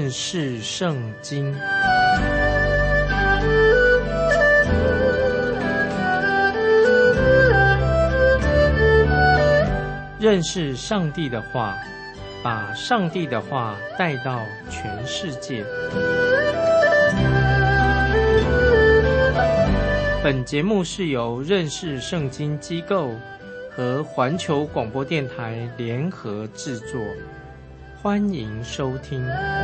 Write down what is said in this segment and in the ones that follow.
认识圣经。认识上帝的话，把上帝的话带到全世界。本节目是由认识圣经机构和环球广播电台联合制作，欢迎收听。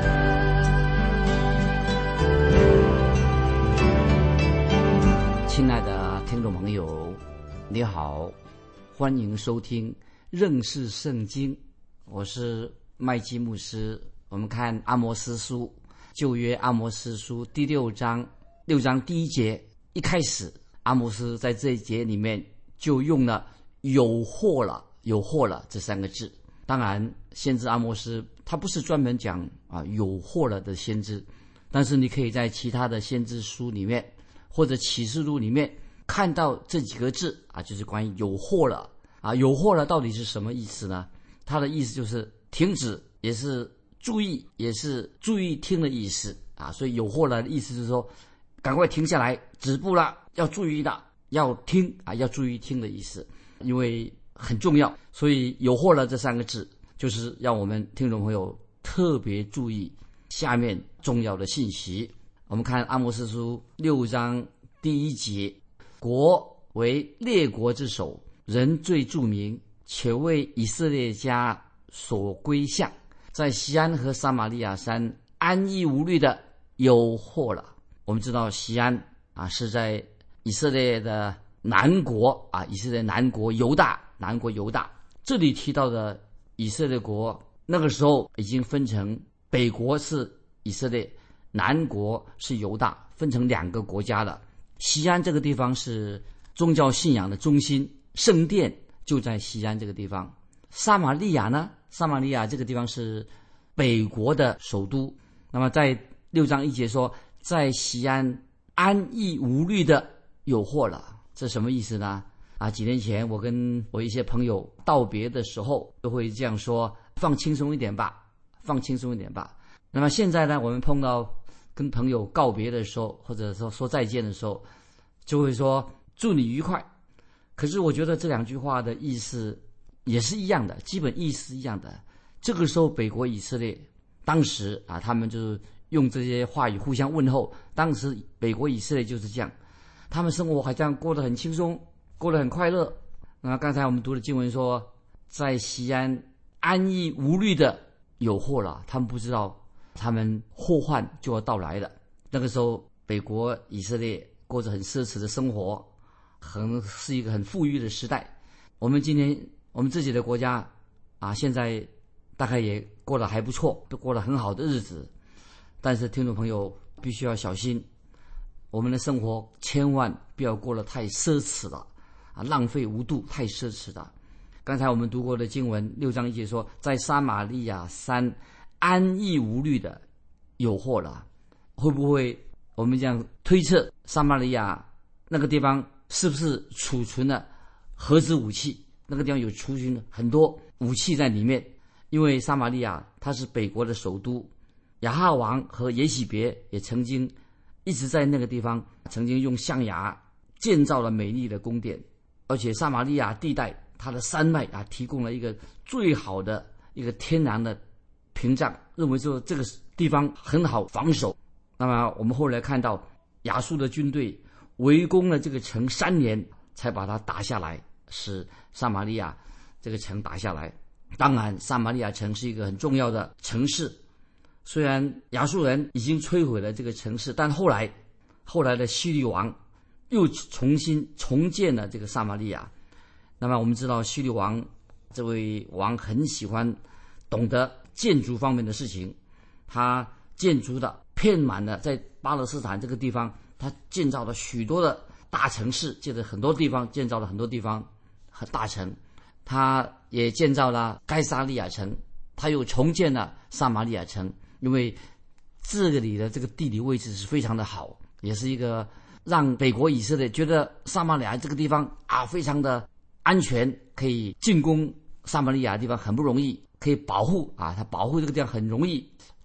亲爱的听众朋友，你好，欢迎收听认识圣经，我是麦基牧师。我们看阿摩司书，旧约阿摩司书第6章第1节，一开始阿摩司在这一节里面就用了有祸了这3个字。当然先知阿摩司他不是专门讲有祸了的先知，但是你可以在其他的先知书里面或者启示录里面看到这几个字就是关于有祸了有祸了到底是什么意思呢？它的意思就是停止，也是注意，也是注意听的意思所以有祸了的意思就是说赶快停下来，止步了，要注意的，要听要注意听的意思，因为很重要。所以有祸了这3个字就是让我们听众朋友特别注意下面重要的信息。我们看阿摩司书6章第1节，国为列国之首，人最著名，且为以色列家所归向，在锡安和撒玛利亚山安逸无虑的有祸了。我们知道锡安是在以色列的南国以色列南国犹大，这里提到的以色列国那个时候已经分成北国是以色列，南国是犹大，分成2个国家了。锡安这个地方是宗教信仰的中心，圣殿就在锡安这个地方。撒玛利亚呢？撒玛利亚这个地方是北国的首都。那么在6章1节说，在锡安安逸无虑的有祸了，这什么意思呢？几年前我跟我一些朋友道别的时候都会这样说，放轻松一点吧。那么现在呢，我们碰到跟朋友告别的时候，或者说再见的时候，就会说祝你愉快。可是我觉得这2句话的意思也是一样的，基本意思一样的。这个时候北国以色列当时他们就是用这些话语互相问候，当时北国以色列就是这样，他们生活好像过得很轻松，过得很快乐。那刚才我们读的经文说，在锡安安逸无虑的有祸了，他们不知道他们祸患就要到来了。那个时候北国以色列过着很奢侈的生活，是一个很富裕的时代。我们今天我们自己的国家现在大概也过得还不错，都过了很好的日子。但是听众朋友必须要小心，我们的生活千万不要过得太奢侈了浪费无度，太奢侈了。刚才我们读过的经文6章1节说，在撒玛利亚山安逸无虑的有祸了。会不会我们这样推测，撒玛利亚那个地方是不是储存了核子武器？那个地方有储存很多武器在里面，因为撒玛利亚它是北国的首都，亚哈王和耶洗别也曾经一直在那个地方曾经用象牙建造了美丽的宫殿，而且撒玛利亚地带它的山脉提供了一个最好的一个天然的屏障，认为说这个地方很好防守。那么我们后来看到亚述的军队围攻了这个城3年才把它打下来，使撒玛利亚这个城打下来。当然撒玛利亚城是一个很重要的城市，虽然亚述人已经摧毁了这个城市，但后来的希律王又重新重建了这个撒玛利亚。那么我们知道希律王这位王很喜欢懂得建筑方面的事情，他建筑的遍满了在巴勒斯坦这个地方，他建造了许多的大城市，建了很多地方和大城。他也建造了该撒利亚城，他又重建了撒玛利亚城，因为这里的这个地理位置是非常的好，也是一个让北国以色列觉得撒玛利亚这个地方非常的安全，可以进攻撒玛利亚的地方很不容易，可以保护他保护这个地方很容易，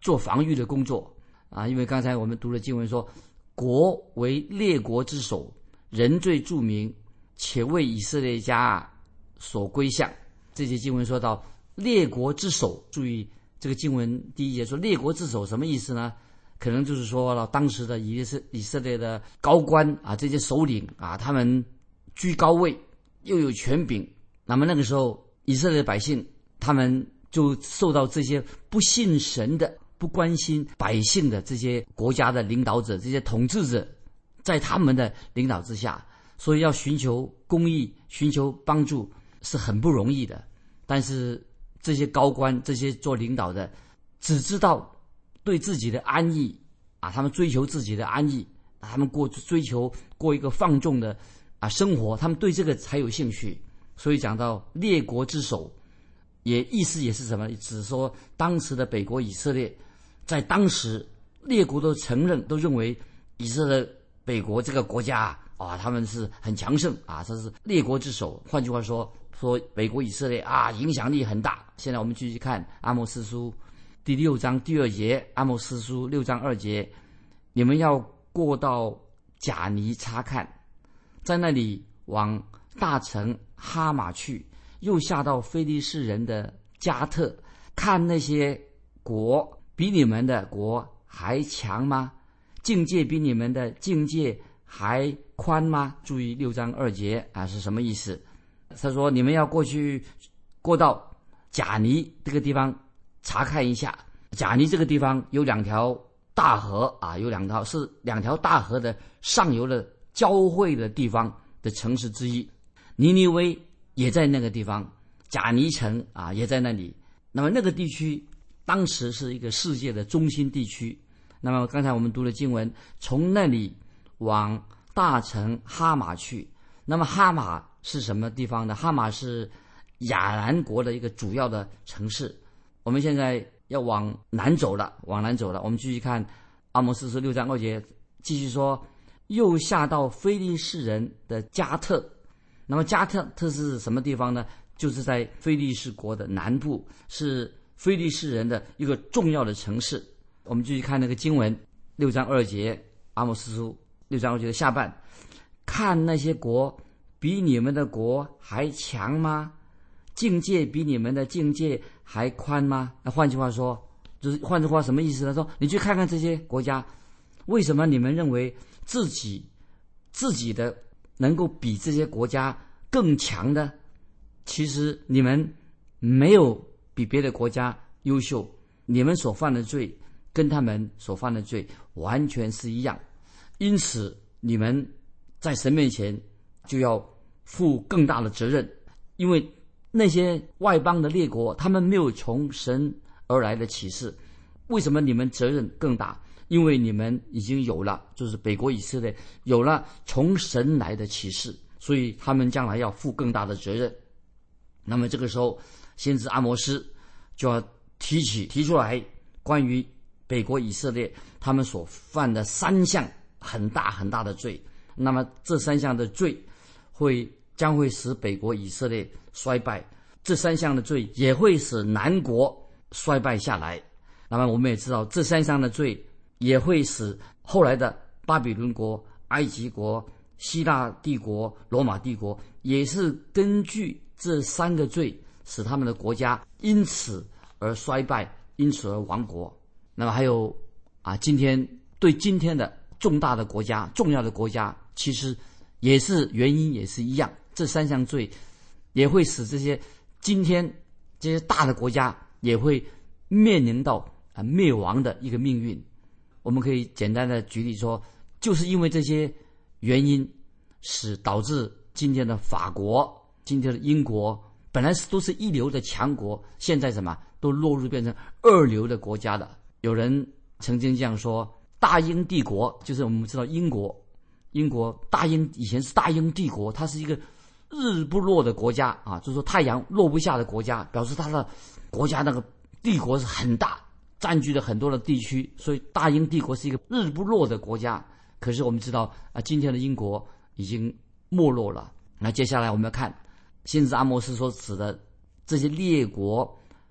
做防御的工作啊。因为刚才我们读了经文说，国为列国之首，人最著名，且为以色列家所归向。这些经文说到列国之首，注意这个经文第一节说列国之首什么意思呢？可能就是说了当时的以色列的高官啊，这些首领啊，他们居高位又有权柄，那么那个时候以色列百姓他们就受到这些不信神的、不关心百姓的这些国家的领导者、这些统治者，在他们的领导之下，所以要寻求公义、寻求帮助是很不容易的。但是这些高官、这些做领导的只知道对自己的安逸啊，他们追求自己的安逸，他们追求过一个放纵的生活，他们对这个才有兴趣。所以讲到列国之首，意思也是什么？只说当时的北国以色列，在当时列国都承认、都认为以色列北国这个国家啊，他们是很强盛啊，这是列国之首。换句话说北国以色列啊，影响力很大。现在我们继续看阿摩司书第6章第2节，阿摩司书6章2节，你们要过到贾尼察看，在那里往大城哈马去，又下到非利士人的加特，看那些国比你们的国还强吗？境界比你们的境界还宽吗？注意6章2节啊，是什么意思？他说你们要过到贾尼这个地方查看一下。贾尼这个地方有2条大河啊，是2条大河的上游的交汇的地方的城市之一。尼尼微也在那个地方，贾尼城啊也在那里。那么那个地区当时是一个世界的中心地区。那么刚才我们读了经文，从那里往大城哈马去。那么哈马是什么地方呢？哈马是亚兰国的一个主要的城市。我们现在要往南走了。我们继续看阿摩司书6章2节，继续说，又下到非利士人的加特。那么加特是什么地方呢？就是在非利士国的南部，是非利士人的一个重要的城市。我们继续看那个经文6章2节，阿摩司书6章2节的下半，看那些国比你们的国还强吗？境界比你们的境界还宽吗？换句话说，什么意思呢？说你去看看这些国家，为什么你们认为自己的能够比这些国家更强的？其实你们没有比别的国家优秀，你们所犯的罪跟他们所犯的罪完全是一样。因此你们在神面前就要负更大的责任，因为那些外邦的列国他们没有从神而来的启示。为什么你们责任更大？因为你们已经有了，就是北国以色列有了从神来的启示，所以他们将来要负更大的责任。那么这个时候先知阿摩斯就要提出来关于北国以色列他们所犯的3项很大很大的罪。那么这3项的罪将会使北国以色列衰败，这3项的罪也会使南国衰败下来。那么我们也知道，这3项的罪也会使后来的巴比伦国、埃及国、希腊帝国、罗马帝国也是根据这3个罪使他们的国家因此而衰败，因此而亡国。那么还有今天的重要的国家其实也是原因也是一样，这3项罪也会使今天这些大的国家也会面临到灭亡的一个命运。我们可以简单的举例说，就是因为这些原因导致今天的法国、今天的英国本来都是一流的强国，现在都落入变成2流的国家了。有人曾经这样说，大英帝国，就是我们知道英国以前是大英帝国，它是一个日不落的国家啊，就是说太阳落不下的国家，表示它的国家那个帝国是很大，占据了很多的地区，所以大英帝国是一个日不落的国家。可是我们知道今天的英国已经没落了。那接下来我们要看先知阿摩斯所指的这些列国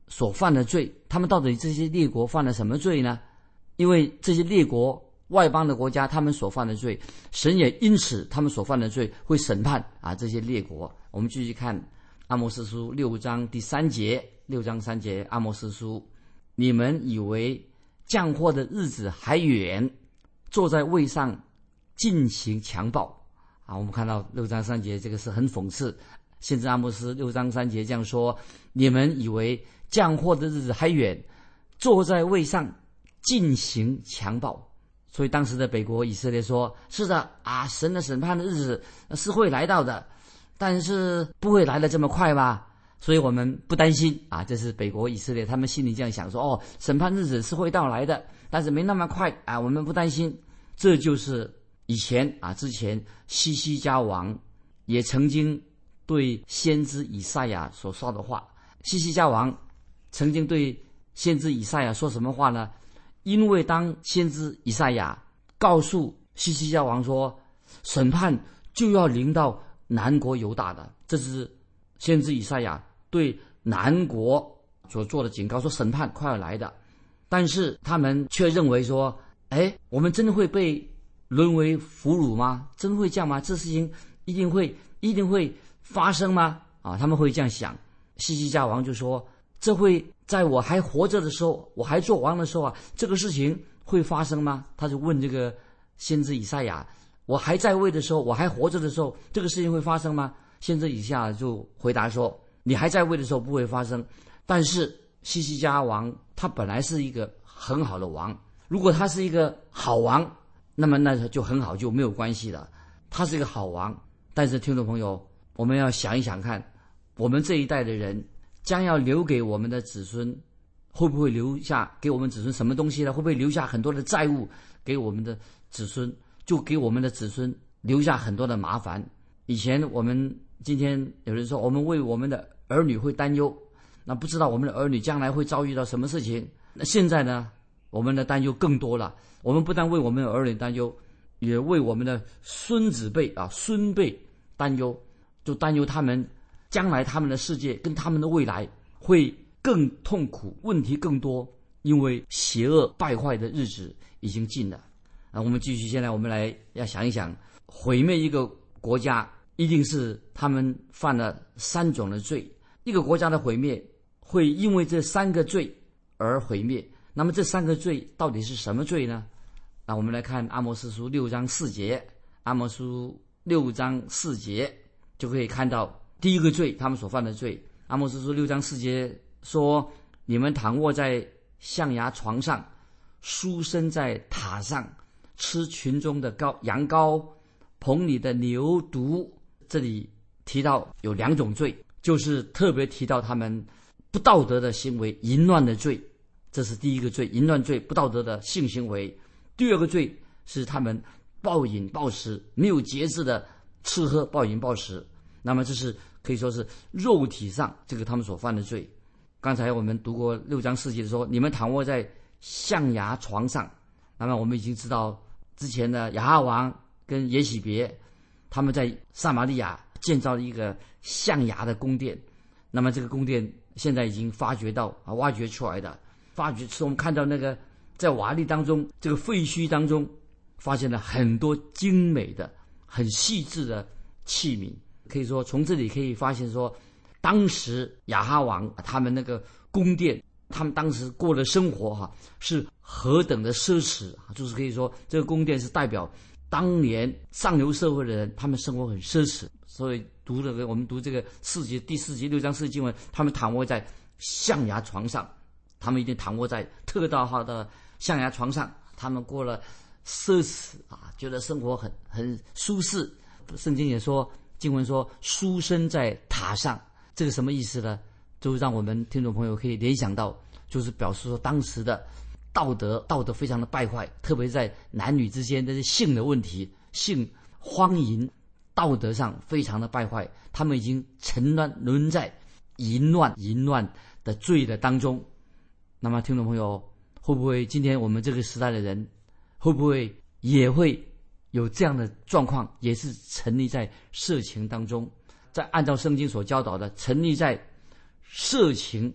所犯的罪，他们到底这些列国犯了什么罪呢？因为这些列国外邦的国家，他们所犯的罪，神也因此他们所犯的罪会审判这些列国。我们继续看阿摩司书6章第3节，6章3节，阿摩司书，你们以为降祸的日子还远，坐在位上进行强暴我们看到6章3节，这个是很讽刺。先知阿摩司6章3节这样说，你们以为降祸的日子还远，坐在位上进行强暴。所以当时的北国以色列说，是的神的审判的日子是会来到的，但是不会来得这么快吧，所以我们不担心这是北国以色列他们心里这样想说，审判日子是会到来的，但是没那么快我们不担心。这就是以前之前西西家王也曾经对先知以赛亚所说的话。西西家王曾经对先知以赛亚说什么话呢？因为当先知以赛亚告诉西西家王说，审判就要临到南国犹大的，这是先知以赛亚对南国所做的警告，说审判快要来的。但是他们却认为说，我们真的会被沦为俘虏吗？真会这样吗？这事情一定会发生吗？他们会这样想。西西家王就说，这会在我还活着的时候，我还做王的时候这个事情会发生吗？他就问这个先知以赛亚，我还在位的时候，我还活着的时候，这个事情会发生吗？先知以赛亚就回答说，你还在位的时候不会发生。但是西西家王他本来是一个很好的王，如果他是一个好王，那么那就很好，就没有关系了。他是一个好王，但是听众朋友，我们要想一想看，我们这一代的人将要留给我们的子孙，会不会留下给我们子孙什么东西呢？会不会留下很多的债务给我们的子孙，就给我们的子孙留下很多的麻烦。以前我们今天有人说我们为我们的儿女会担忧，那不知道我们的儿女将来会遭遇到什么事情。那现在呢，我们的担忧更多了，我们不但为我们的儿女担忧，也为我们的孙子辈孙辈担忧，就担忧他们将来他们的世界跟他们的未来会更痛苦，问题更多，因为邪恶败坏的日子已经近了。我们继续，现在我们来要想一想，毁灭一个国家一定是他们犯了3种的罪，一个国家的毁灭会因为这3个罪而毁灭。那么这3个罪到底是什么罪呢？那我们来看阿摩司书6章4节，阿摩司书6章4节就可以看到第一个罪，他们所犯的罪。阿摩司书6章4节说，你们躺卧在象牙床上，书生在塔上，吃群中的羊羔，棚里的牛犊。这里提到有2种罪，就是特别提到他们不道德的行为，淫乱的罪，这是第一个罪，淫乱罪，不道德的性行为。第二个罪是他们暴饮暴食，没有节制的吃喝暴饮暴食，那么这是可以说是肉体上这个他们所犯的罪。刚才我们读过6章4节的时候，你们躺卧在象牙床上，那么我们已经知道之前的亚哈王跟耶洗别他们在撒玛利亚建造了一个象牙的宫殿，那么这个宫殿现在已经挖掘出来的，是我们看到那个在瓦砾当中，这个废墟当中发现了很多精美的很细致的器皿。可以说从这里可以发现说，当时亚哈王他们那个宫殿，他们当时过的生活是何等的奢侈，就是可以说这个宫殿是代表当年上流社会的人，他们生活很奢侈。所以我们读这个第4节6章4节经文，他们躺卧在象牙床上，他们一定躺卧在特大号的象牙床上，他们过了奢侈觉得生活很舒适。圣经也说，经文说书生在塔上，这个什么意思呢？就让我们听众朋友可以联想到，就是表示说当时的道德非常的败坏，特别在男女之间的性的问题，性荒淫，道德上非常的败坏，他们已经沦在淫乱的罪的当中。那么听众朋友，会不会今天我们这个时代的人，会不会也会有这样的状况，也是沉溺在色情当中，在按照圣经所教导的沉溺在色情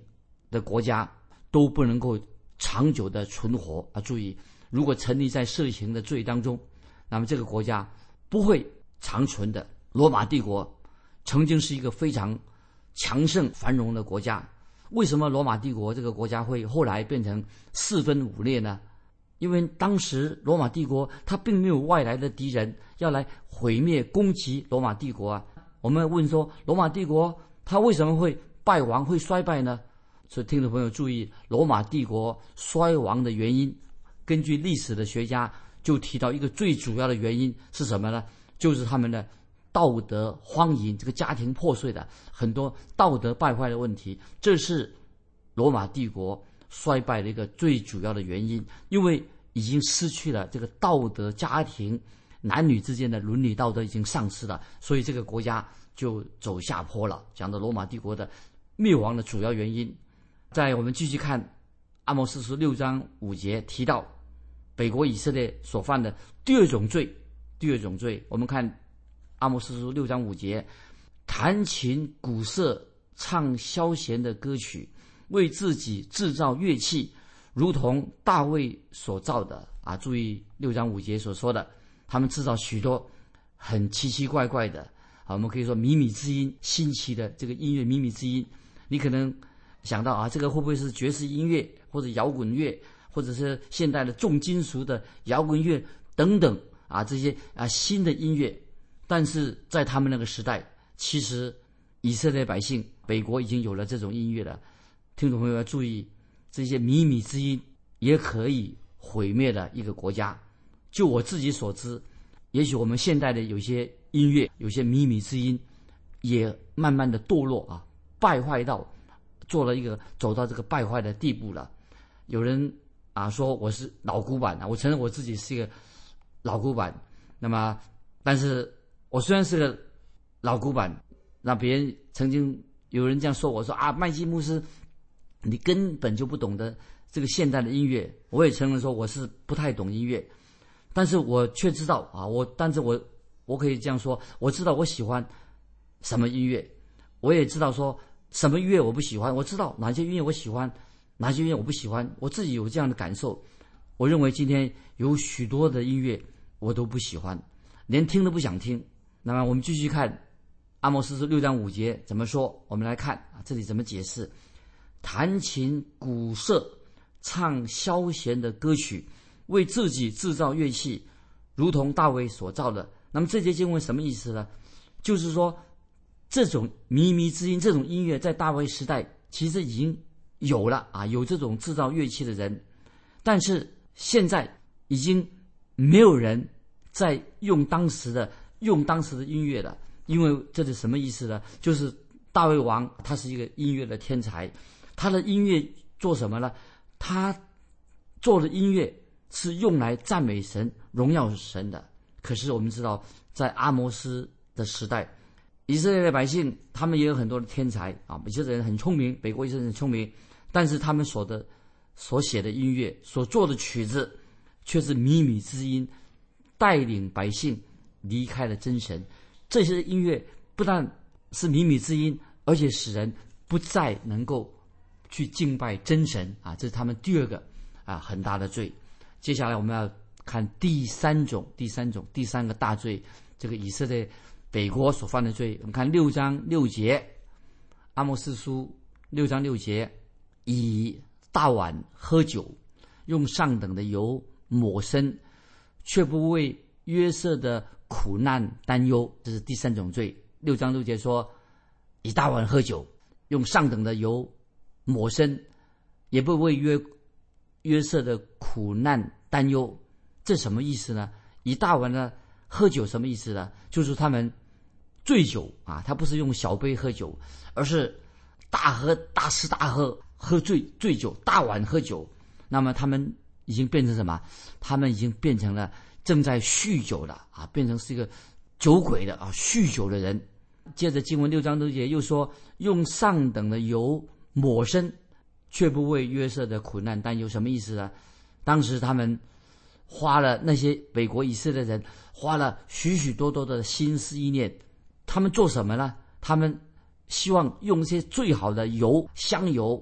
的国家都不能够长久的存活啊！注意，如果沉溺在色情的罪当中，那么这个国家不会长存的。罗马帝国曾经是一个非常强盛繁荣的国家，为什么罗马帝国这个国家会后来变成四分五裂呢？因为当时罗马帝国它并没有外来的敌人要来毁灭攻击罗马帝国啊。我们问说，罗马帝国它为什么会败亡会衰败呢？所以听众朋友注意，罗马帝国衰亡的原因，根据历史的学家就提到一个最主要的原因是什么呢？就是他们的道德荒淫，这个家庭破碎的很多道德败坏的问题，这是罗马帝国衰败的一个最主要的原因。因为已经失去了这个道德，家庭男女之间的伦理道德已经丧失了，所以这个国家就走下坡了。讲到罗马帝国的灭亡的主要原因，在我们继续看阿摩司书6章5节提到北国以色列所犯的第二种罪。我们看阿摩司书6章5节，弹琴鼓瑟唱消闲的歌曲，为自己制造乐器，如同大卫所造的啊！注意6章5节所说的，他们制造许多很奇奇怪怪的啊，我们可以说靡靡之音，新奇的这个音乐靡靡之音。你可能想到啊，这个会不会是爵士音乐，或者摇滚乐，或者是现代的重金属的摇滚乐等等啊，这些啊新的音乐。但是在他们那个时代，其实以色列百姓北国已经有了这种音乐了。听众朋友要注意，这些靡靡之音也可以毁灭了一个国家。就我自己所知，也许我们现代的有些音乐，有些靡靡之音也慢慢的堕落啊，败坏到走到这个败坏的地步了。有人啊说我是老古板啊，我承认我自己是一个老古板。那么但是我虽然是个老古板，那别人曾经有人这样说我，说啊，麦基牧师你根本就不懂得这个现代的音乐。我也承认说我是不太懂音乐，但是我却知道啊，但是我可以这样说，我知道我喜欢什么音乐，我也知道说什么音乐我不喜欢，我知道哪些音乐我喜欢，哪些音乐我不喜欢，我自己有这样的感受。我认为今天有许多的音乐我都不喜欢，连听都不想听。那么我们继续看阿摩司书6章5节怎么说，我们来看啊，这里怎么解释。弹琴鼓瑟唱消闲的歌曲，为自己制造乐器，如同大卫所造的。那么这节经文什么意思呢？就是说这种靡靡之音，这种音乐在大卫时代其实已经有了啊，有这种制造乐器的人，但是现在已经没有人在用当时的音乐了。因为这是什么意思呢？就是大卫王他是一个音乐的天才，他的音乐做什么呢？他做的音乐是用来赞美神、荣耀神的。可是我们知道，在阿摩斯的时代，以色列的百姓他们也有很多的天才啊，以色列人很聪明，北国以色列人很聪明，但是他们所写的音乐、所做的曲子却是靡靡之音，带领百姓离开了真神。这些音乐不但是靡靡之音，而且使人不再能够去敬拜真神啊，这是他们第二个啊很大的罪。接下来我们要看第三个大罪，这个以色列北国所犯的罪。我们看6章6节，阿摩司书6章6节，以大碗喝酒，用上等的油抹身，却不为约瑟的苦难担忧，这是第三种罪。6章6节说，以大碗喝酒，用上等的油抹身，也不为约瑟的苦难担忧。这什么意思呢？以大碗呢喝酒什么意思呢？就是他们醉酒啊，他不是用小杯喝酒，而是大吃大喝，喝醉酒，大碗喝酒。那么他们已经变成什么？他们已经变成了正在酗酒的啊，变成是一个酒鬼的啊，酗酒的人。接着经文6章6节又说，用上等的油抹身，却不为约瑟的苦难担忧。什么意思呢？当时他们那些北国以色列人花了许许多多的心思意念，他们做什么呢？他们希望用一些最好的油，香油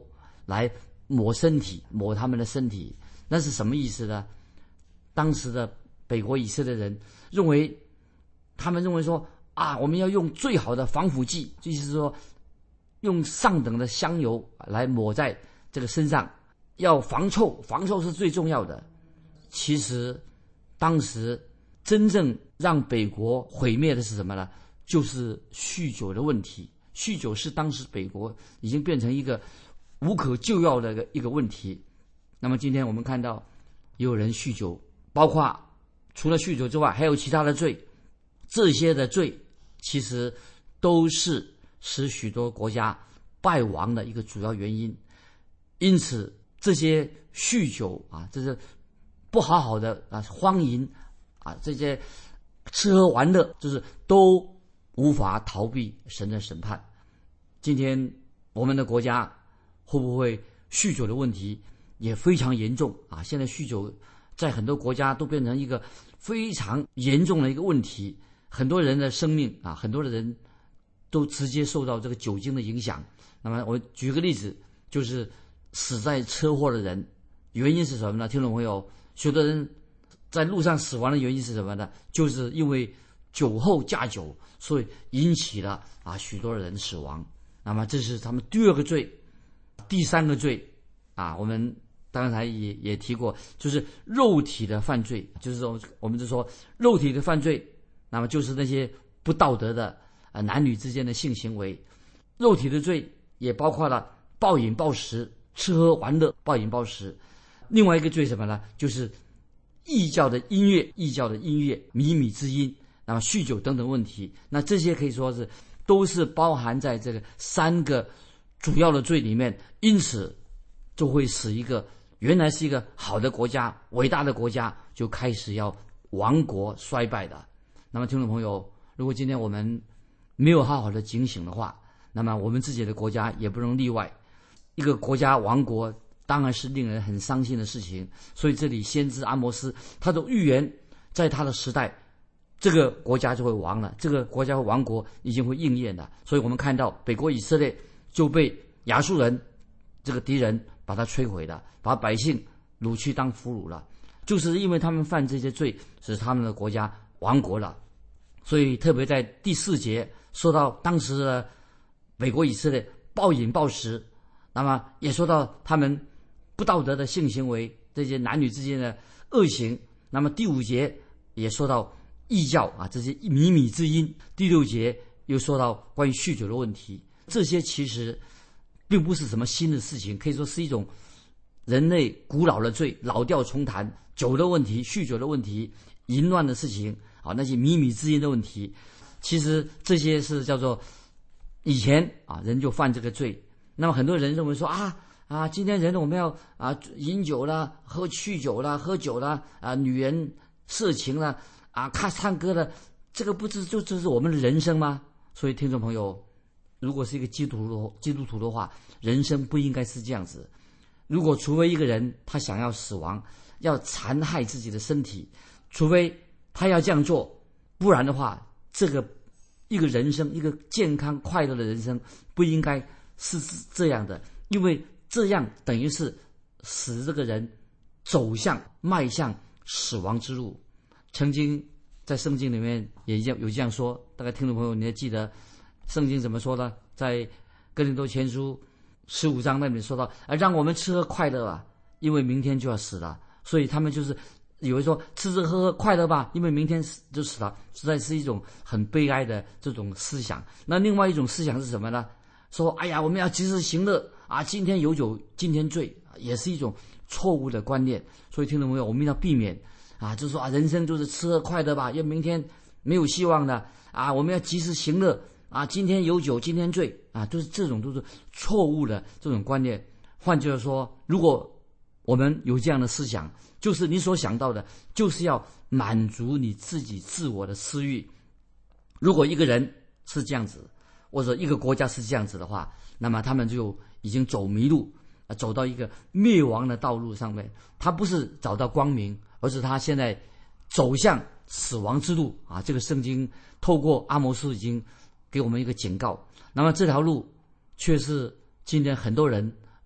来抹身体，抹他们的身体。那是什么意思呢？当时的北国以色列人他们认为说我们要用最好的防腐剂，就是说用上等的香油来抹在这个身上，要防臭，防臭是最重要的。其实当时真正让北国毁灭的是什么呢？就是酗酒的问题。酗酒是当时北国已经变成一个无可救药的一个问题。那么今天我们看到有人酗酒，包括除了酗酒之外还有其他的罪，这些的罪其实都是使许多国家败亡的一个主要原因。因此这些酗酒这些不好的荒淫这些吃喝玩乐，就是都无法逃避神的审判。今天我们的国家会不会酗酒的问题也非常严重现在酗酒在很多国家都变成一个非常严重的一个问题，很多人的生命很多的人都直接受到这个酒精的影响。那么我举个例子，就是死在车祸的人，原因是什么呢？听众朋友，许多人在路上死亡的原因是什么呢？就是因为酒后驾酒，所以引起了许多人死亡。那么这是他们第二个罪。第三个罪我们刚才也提过，就是肉体的犯罪，就是说我们就说肉体的犯罪，那么就是那些不道德的男女之间的性行为。肉体的罪也包括了暴饮暴食，吃喝玩乐，暴饮暴食。另外一个罪什么呢？就是异教的音乐，靡靡之音，那么酗酒等等问题。那这些可以说是都是包含在这个三个主要的罪里面。因此就会使一个原来是一个好的国家，伟大的国家，就开始要亡国衰败的。那么听众朋友，如果今天我们没有好好的警醒的话，那么我们自己的国家也不能例外。一个国家亡国当然是令人很伤心的事情。所以这里先知阿摩斯他的预言，在他的时代这个国家就会亡了，这个国家会亡国已经会应验的。所以我们看到北国以色列就被亚述人这个敌人把它摧毁了，把百姓掳去当俘虏了，就是因为他们犯这些罪，使他们的国家亡国了。所以特别在第4节说到当时的北国以色列暴饮暴食，那么也说到他们不道德的性行为，这些男女之间的恶行。那么第5节也说到异教这些靡靡之音。第6节又说到关于酗酒的问题。这些其实并不是什么新的事情，可以说是一种人类古老的罪，老调重弹。酒的问题，酗酒的问题，淫乱的事情那些靡靡之音的问题，其实这些是叫做以前人就犯这个罪。那么很多人认为说今天人我们要饮酒了，酗酒了，喝酒了女人色情了唱歌了，这个不是这是我们的人生吗？所以听众朋友，如果是一个基督徒的话，人生不应该是这样子。除非一个人他想要死亡，要残害自己的身体，除非他要这样做，不然的话，这个一个人生，一个健康快乐的人生不应该是这样的。因为这样等于是使这个人迈向死亡之路。曾经在圣经里面也有这样说，大概听众朋友你还记得圣经怎么说呢？在哥林多前书15章那里说到让我们吃喝快乐吧，因为明天就要死了。所以他们就是以为说吃吃喝喝快乐吧，因为明天就死了，实在是一种很悲哀的这种思想。那另外一种思想是什么呢？说我们要及时行乐今天有酒今天醉，也是一种错误的观念。所以听众朋友，我们要避免就是说人生就是吃喝快乐吧，因为明天没有希望的我们要及时行乐今天有酒今天醉就是这种都是错误的这种观念。换句话说，如果我们有这样的思想，就是你所想到的就是要满足你自己自我的私欲。如果一个人是这样子，或者一个国家是这样子的话，那么他们就已经走迷路，走到一个灭亡的道路上面。他不是找到光明，而是他现在走向死亡之路这个圣经透过阿摩斯已经给我们一个警告。那么这条路却是今天很多人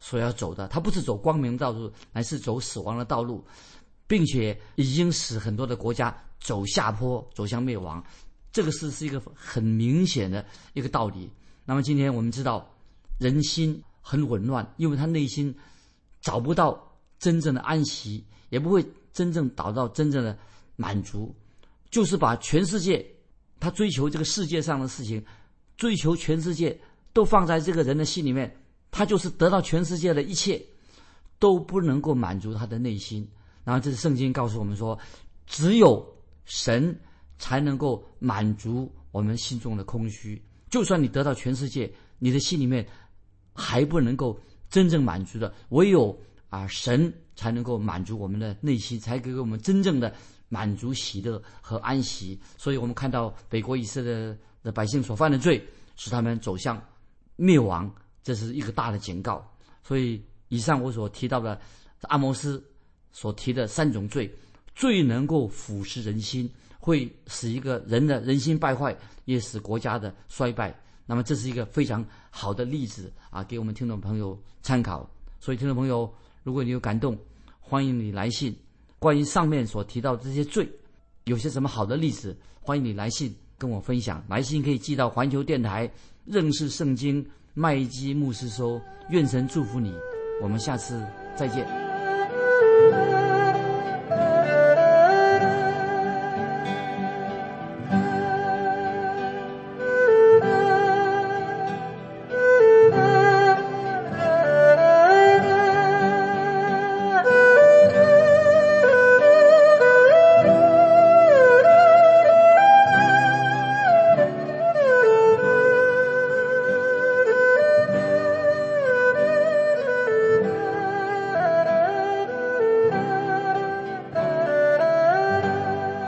所要走的，他不是走光明道路，乃是走死亡的道路，并且已经使很多的国家走下坡，走向灭亡。这个是一个很明显的一个道理。那么今天我们知道人心很紊乱，因为他内心找不到真正的安息，也不会真正找到真正的满足，就是把全世界，他追求这个世界上的事情，追求全世界都放在这个人的心里面，他就是得到全世界的一切，都不能够满足他的内心。然后这是圣经告诉我们说，只有神才能够满足我们心中的空虚。就算你得到全世界，你的心里面还不能够真正满足的，唯有神才能够满足我们的内心，才给我们真正的满足、喜乐和安息。所以我们看到北国以色列的百姓所犯的罪，使他们走向灭亡，这是一个大的警告。所以以上我所提到的阿摩斯所提的3种罪，最能够腐蚀人心，会使一个人的人心败坏，也使国家的衰败。那么这是一个非常好的例子给我们听众朋友参考。所以听众朋友，如果你有感动，欢迎你来信，关于上面所提到的这些罪，有些什么好的例子，欢迎你来信跟我分享。来信可以寄到环球电台认识圣经麦基牧师收。愿神祝福你，我们下次再见。